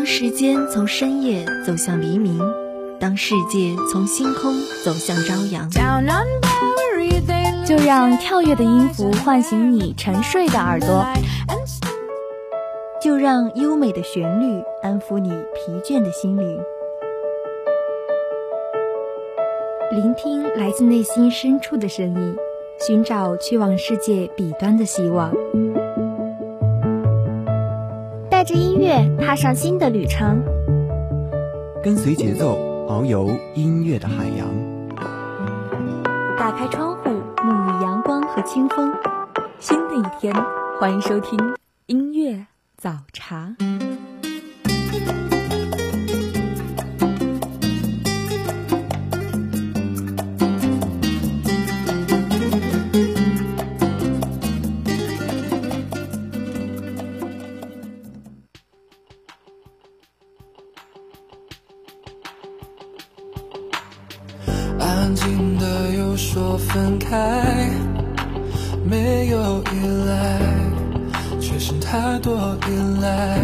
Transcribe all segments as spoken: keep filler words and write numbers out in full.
当时间从深夜走向黎明，当世界从星空走向朝阳， 就让跳跃的音符唤醒你沉睡的耳朵， 就让优美的旋律安抚你疲倦的心灵。聆听来自内心深处的声音，寻找去往世界彼端的希望。 带着音乐踏上新的旅程， 跟随节奏遨游音乐的海洋。 打开窗户，沐浴阳光和清风。新的一天，欢迎收听音乐早茶。 安静的又说分开，没有依赖，却是太多依赖。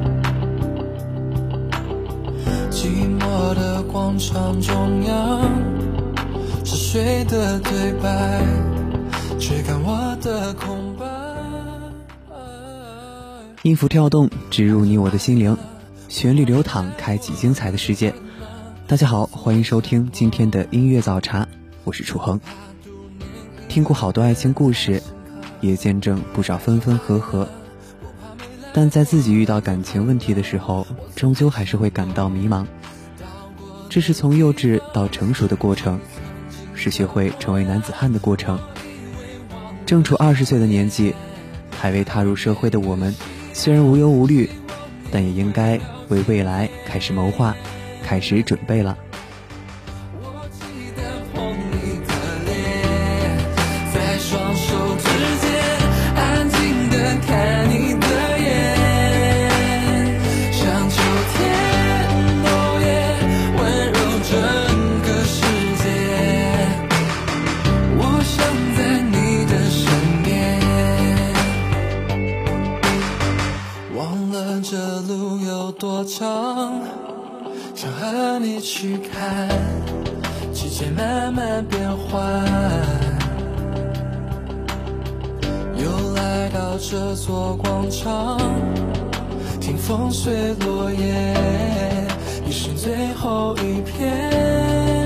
寂寞的广场中央，是谁的对白，追赶我的空白。 音符跳动，植入你我的心灵，旋律流淌，开启精彩的世界。大家好，欢迎收听今天的音乐早茶，我是楚恒。听过好多爱情故事，也见证不少分分合合，但在自己遇到感情问题的时候，终究还是会感到迷茫。这是从幼稚到成熟的过程，是学会成为男子汉的过程。正处二十岁的年纪，还未踏入社会的我们，虽然无忧无虑，但也应该为未来开始谋划，开始准备了。 我记得碰你的脸，在双手之间安静地看你的眼，像秋天落叶温柔整个世界。我想在你的身边，忘了这路有多长，想和你去看季节慢慢变换，又来到这座广场，听风随落叶，已是最后一片。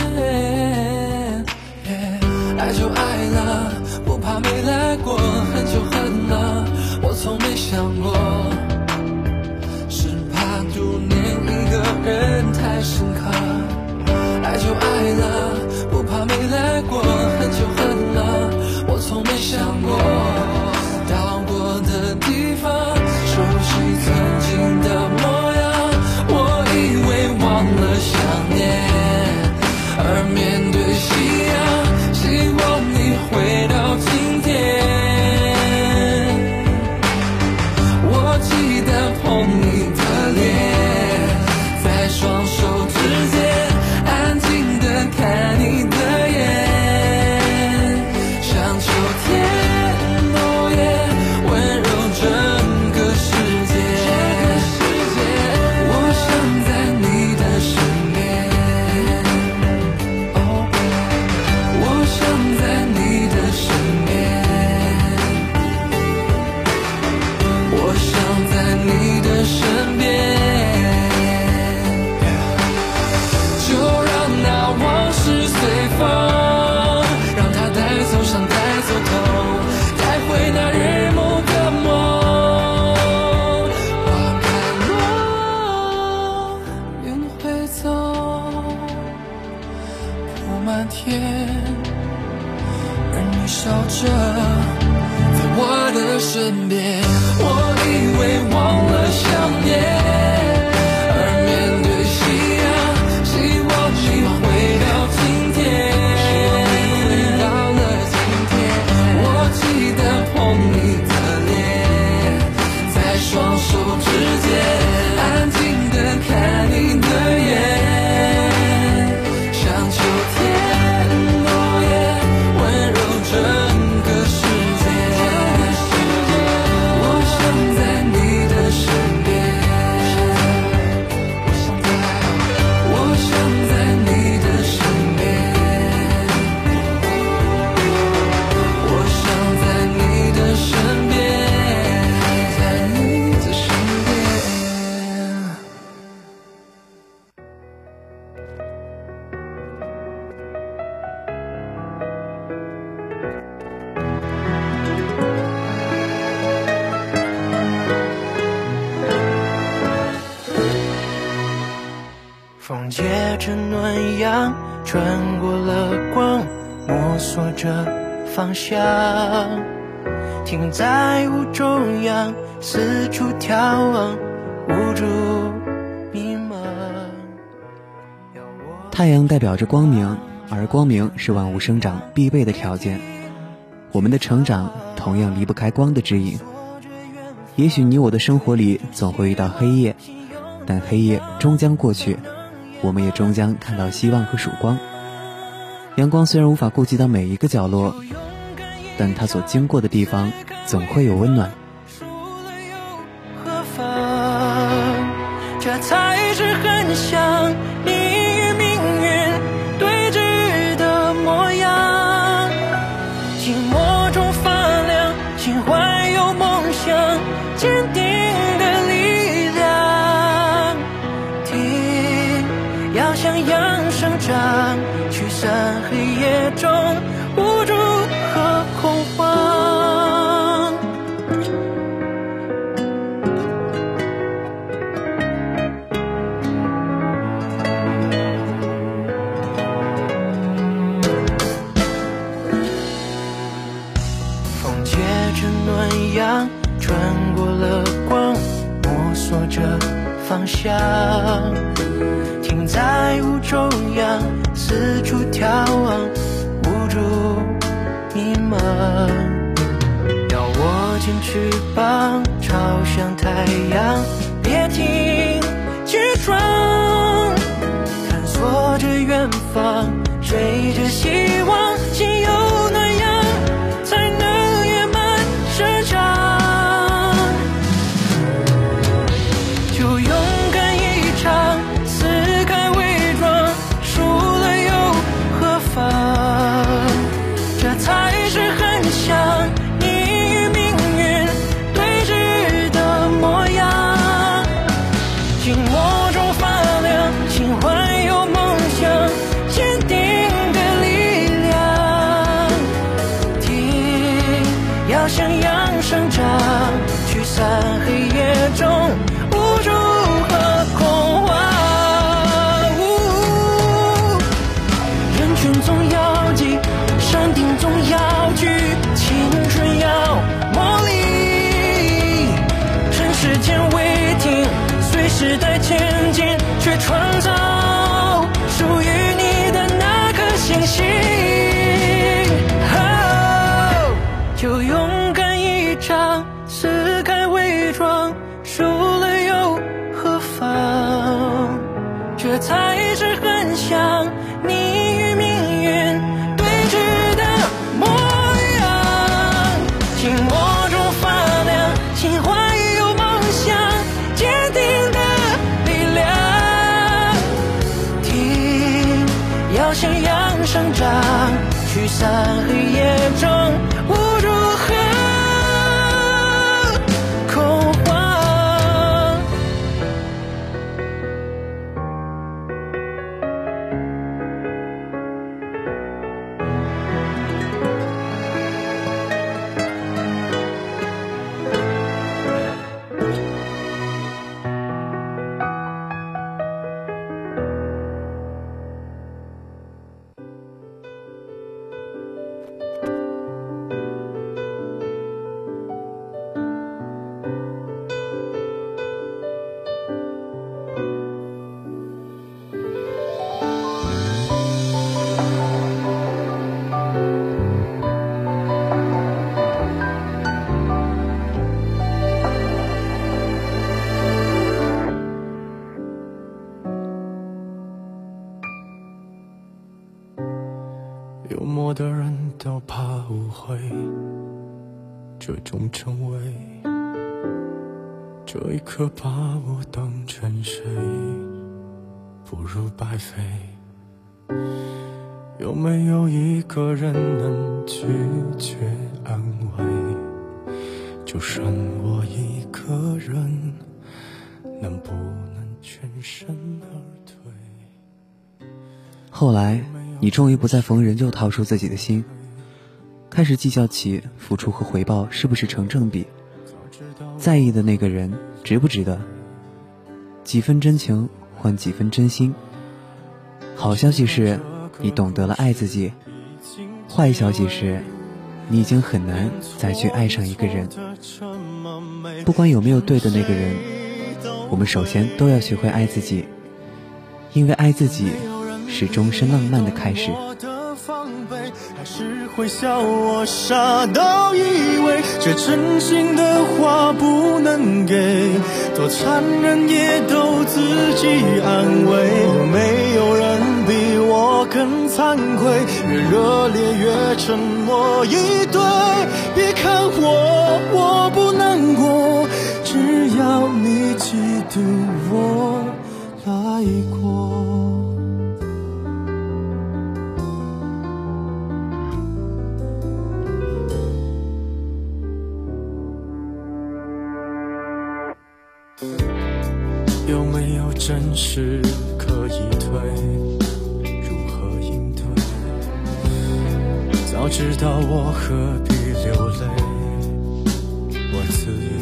爱就爱了，不怕没来过，恨就恨了，我从没想过，是怕读念一个人太深刻。爱就爱了，不怕没来过，恨就恨了，我从没想过，到过的地方，熟悉曾经的模样，我以为忘了想念，而面对夕阳，希望你回到今天。我记得碰你的脸，在双手之间安静地看你的眼，像秋天落叶温柔整个世界。我想在你的身边，哦，我想在你的身边，我想在你的身边。就让那往事随风，让它带走伤，带走痛，带回那日暮的梦。花开落，云会走，铺满天，而你笑着在我的身边。我以为忘了想念，而面对夕阳，希望你回到今天。回到了今天，我记得碰你的脸，在双手之间安静地看你的眼，像秋天落叶温柔整个世界。我想在你的身边。 借着暖阳穿过了光，摸索着方向，停在雾中央，四处眺望，无助迷茫。 太阳代表着光明，而光明是万物生长必备的条件。我们的成长同样离不开光的指引。也许你我的生活里总会遇到黑夜，但黑夜终将过去，我们也终将看到希望和曙光。阳光虽然无法顾及到每一个角落，但它所经过的地方总会有温暖。 何方？这才是很像你与命运对峙的模样。寂寞中发亮，心怀有梦想，坚定的力量。听，要像样生长，驱散黑夜中无助和恐慌。风借着暖阳穿过了光，摸索着方向，停在雾中央，四处眺望，无助迷茫。要握紧翅膀，朝向太阳，别停，去闯，探索着远方，追着希望，心有暖阳，才能圆满生长。就勇敢一场，撕开伪装，输了又何妨？这才是很像你与命运对峙的模样。寂寞中发亮，心怀有梦想，坚定的力量。听，要像样生长，驱散黑夜中无助和恐慌。人群总要挤，山顶总要聚，青春要磨砺。趁时间未停，随时代前进，去创造属于你的那颗星星。哦，就勇敢一场，撕开伪装，输了又何妨？这才是很像你与命运对峙的模样。寂寞中发亮，心怀有梦想，坚定的力量。听，要像样生长，驱散黑夜中无助和恐慌。 幽默的人都怕误会，这种称谓，这一刻把我当成谁，不如白费。有没有一个人能拒绝安慰？就剩我一个人，能不能全身而退？ 后来你终于不再逢人就掏出自己的心，开始计较起付出和回报是不是成正比，在意的那个人值不值得，几分真情换几分真心， 好消息是你懂得了爱自己，坏消息是你已经很难再去爱上一个人。不管有没有对的那个人，我们首先都要学会爱自己，因为爱自己是终身浪漫的开始。 还是会笑我傻到以为这真心的话不能给，多残忍也都自己安慰。有没有人比我更惭愧，越热烈越沉默以对。别看我我不难过，只要你记得我来过。有没有真实可以退，如何应对？早知道我何必流泪，我自以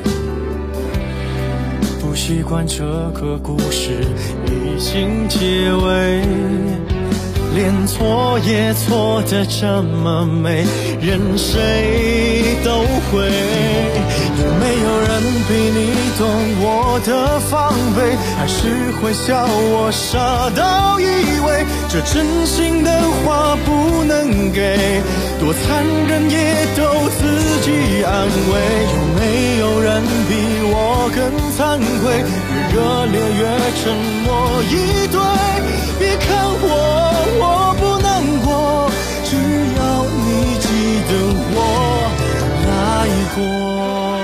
为不习惯这个故事已经结尾，连错也错得这么美，任谁都会。有没有人比你懂我的防备，还是会笑我傻到以为这真心的话不能给，多残忍也都自己安慰。有没有人比我更惭愧，越热烈越沉默以对。别看我我不难过，只要你记得我来过。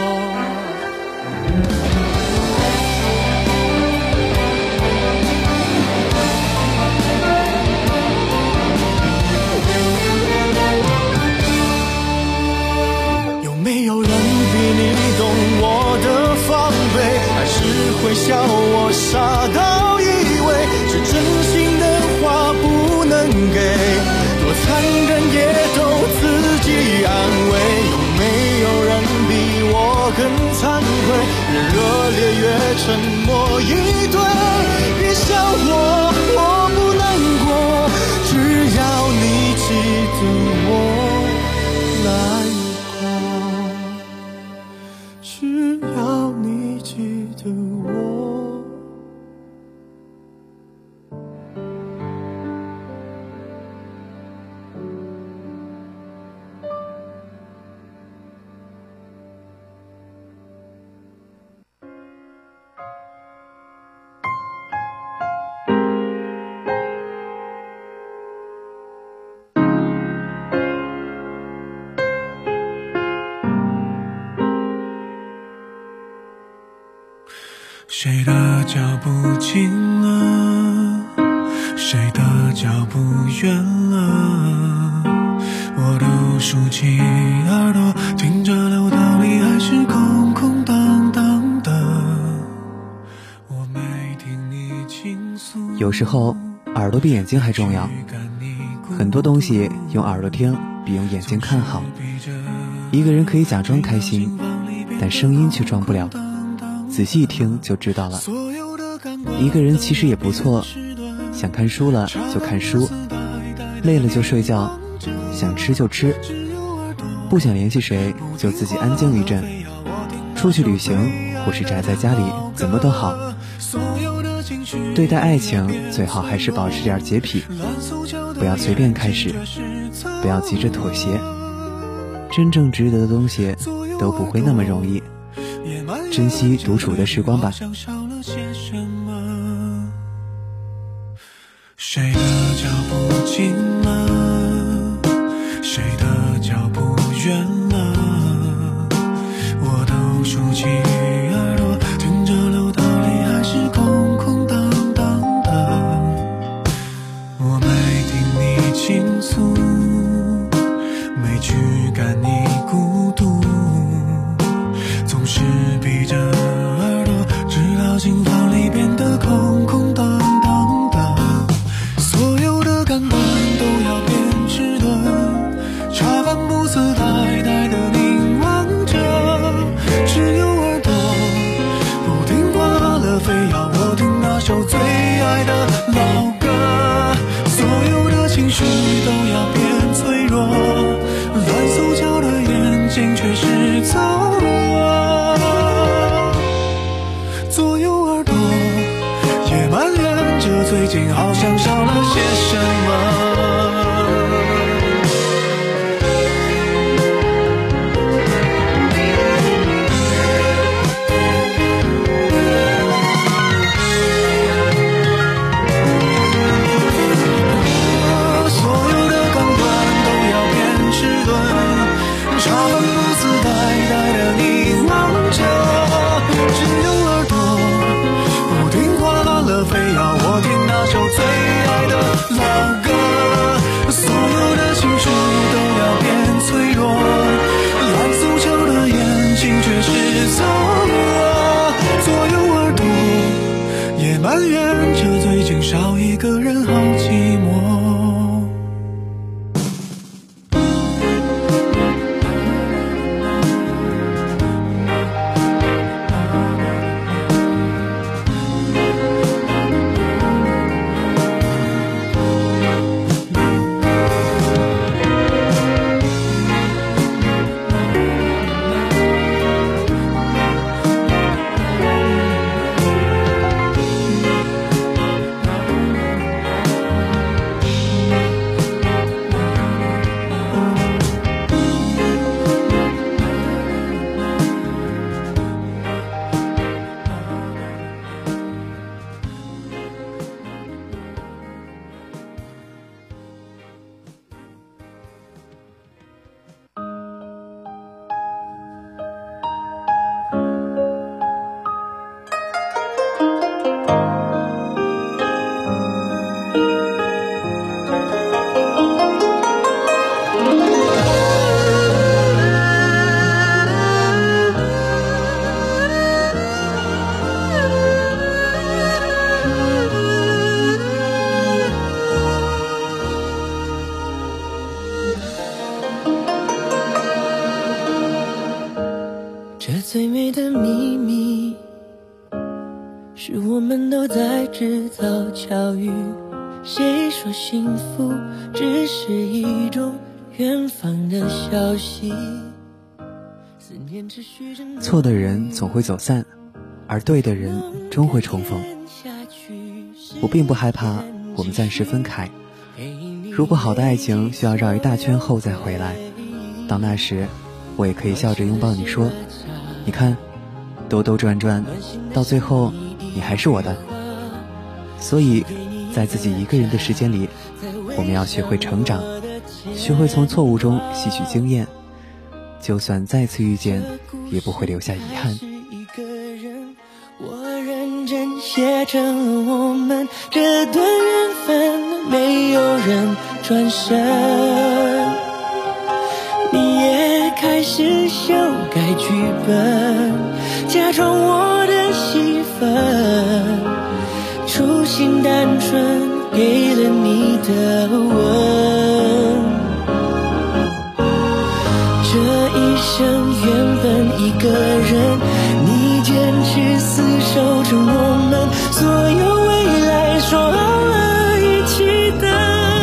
会笑我傻到以为这真心的话不能给，多残忍也都自己安慰。有没有人比我更惭愧，越热烈越沉默以对。别笑我我不难过，只要你记得我来过，只要你记得我。 谁的脚步近了，谁的脚步远了，我都竖起耳朵听着楼道里还是空空荡荡的，我没听你倾诉。 有时候耳朵比眼睛还重要，很多东西用耳朵听比用眼睛看好。一个人可以假装开心，但声音却装不了，仔细一听就知道了。一个人其实也不错，想看书了就看书，累了就睡觉，想吃就吃，不想联系谁就自己安静一阵，出去旅行或是宅在家里，怎么都好。对待爱情最好还是保持点洁癖，不要随便开始，不要急着妥协，真正值得的东西都不会那么容易。珍惜独处的时光吧。 谁的脚步近了，谁的脚步远了，我都竖起耳朵听着楼道里还是空空荡荡的，我没听你倾诉，没驱赶你孤独，总是闭着耳朵直到心房里变得空空荡荡的，所有的感官都要变质的，茶饭不思呆呆的凝望着，只有耳朵不听挂了，非要我听那首最爱的老歌。 最近好像少了些什么。少一个人好寂寞。这最美的秘密，是我们都在制造巧遇。谁说幸福只是一种远方的消息？ 错的人总会走散，而对的人终会重逢。我并不害怕我们暂时分开，如果好的爱情需要绕一大圈后再回来，到那时我也可以笑着拥抱你说，你看，兜兜转转，到最后你还是我的。所以在自己一个人的时间里，我们要学会成长，学会从错误中吸取经验，就算再次遇见也不会留下遗憾。 我认真写成了我们这段缘分，没有人转身。你也开始修改剧本，假装我的戏份，初心单纯给了你的吻。这一生原本一个人，你坚持死守着我们所有未来，说好了一起等。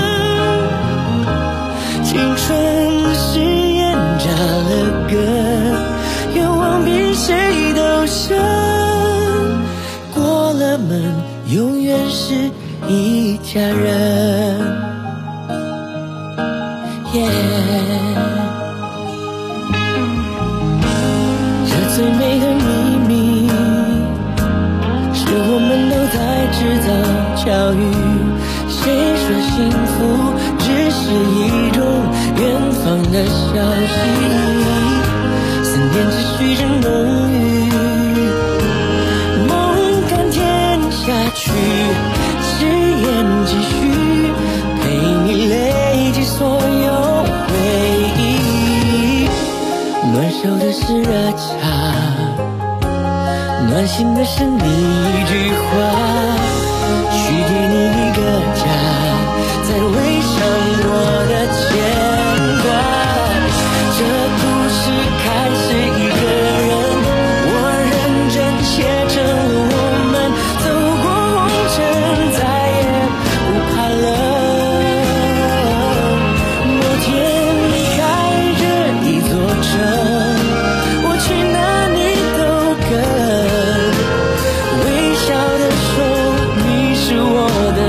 青春誓言扎了根，愿望比谁都深，过了门永远是一家人。 yeah， 这最美的秘密，是我们都在制造巧遇。谁说幸福只是一种远方的消息？思念持续着浓郁，梦甘甜下去，誓言继续，陪你累积所有回忆。暖手的是热茶，暖心的是你一句话，许给你一个家，再围上我的牵挂。这故事开始一个人，我认真写成了我们走过红尘，再也不怕冷。某天离开这一座城，我去哪里都跟，微笑的说你是我的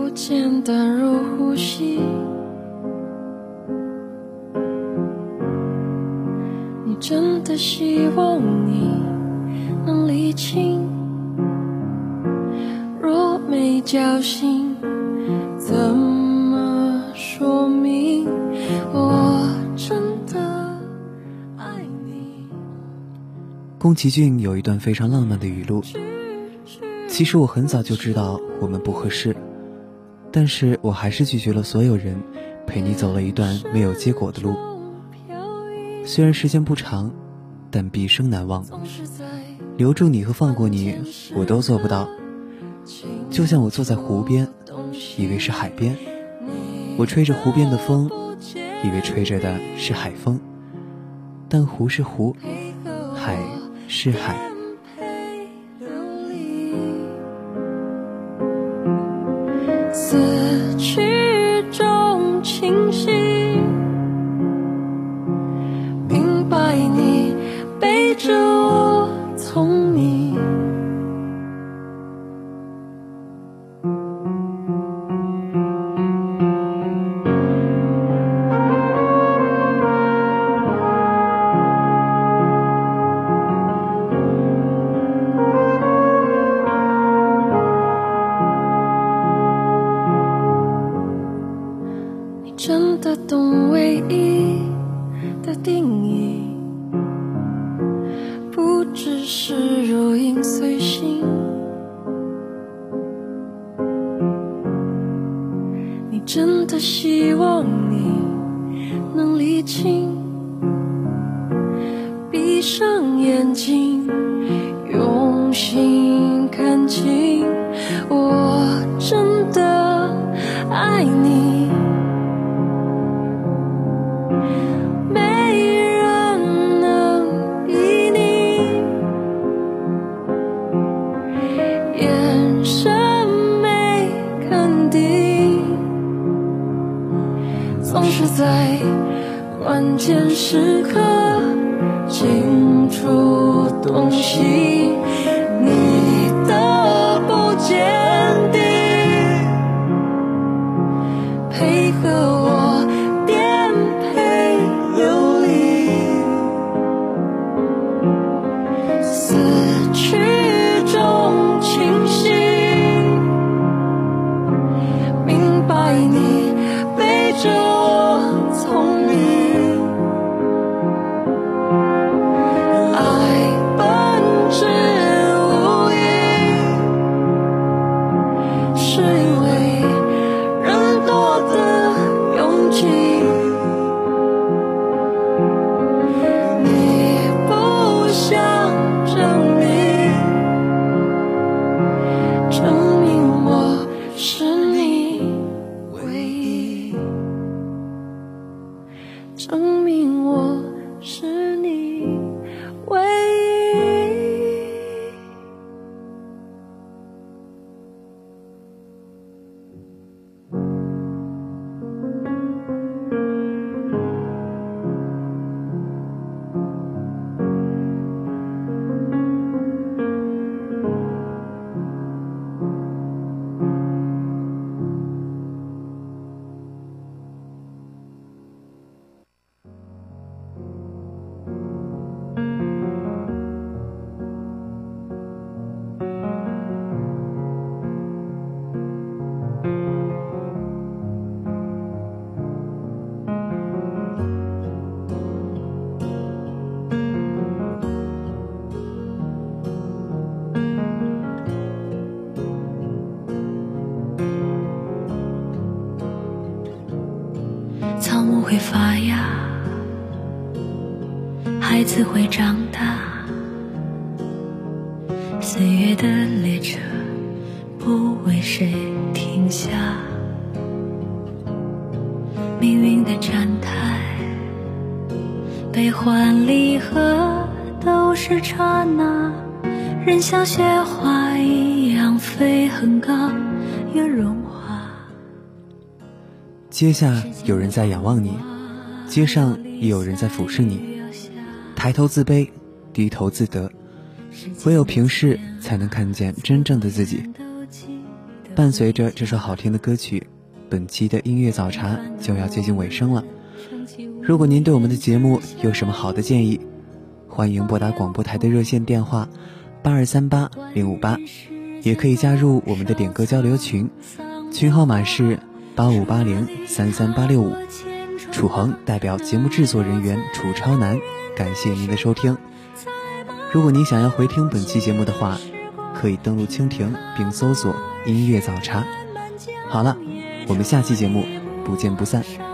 简单如呼吸，你真的希望你能理清，若没交心，怎么说明我真的爱你？ 宫崎骏有一段非常浪漫的语录，其实我很早就知道我们不合适，但是我还是拒绝了所有人，陪你走了一段没有结果的路。虽然时间不长，但毕生难忘。留住你和放过你，我都做不到。就像我坐在湖边，以为是海边，我吹着湖边的风，以为吹着的是海风，但湖是湖，海是海。 死去中清晰，明白你背着我从你。真的懂唯一的定义，不只是如影随形。你真的希望你能理清，闭上眼睛，用心看清，我真的爱你。总是在关键时刻清楚洞悉你的不坚定，配合我颠沛流离，死去中清晰，明白你背着我从你。爱本质无意，是因为人多的拥挤。你不想证明，证明我是你唯一，证明我是你唯一。 草木会发芽，孩子会长大，岁月的列车不为谁停下，命运的站台，悲欢离合都是刹那，人像雪花一样飞很高，又融化。 街下有人在仰望你，街上也有人在俯视你，抬头自卑，低头自得，唯有平视才能看见真正的自己。 伴随着这首好听的歌曲，本期的音乐早茶就要接近尾声了。如果您对我们的节目有什么好的建议，欢迎拨打广播台的热线电话八二三八零五八，也可以加入我们的点歌交流群，群号码是八五八零三三八六五。楚恒代表节目制作人员楚超南，感谢您的收听。如果您想要回听本期节目的话，可以登录蜻蜓并搜索音乐早茶。好了，我们下期节目不见不散。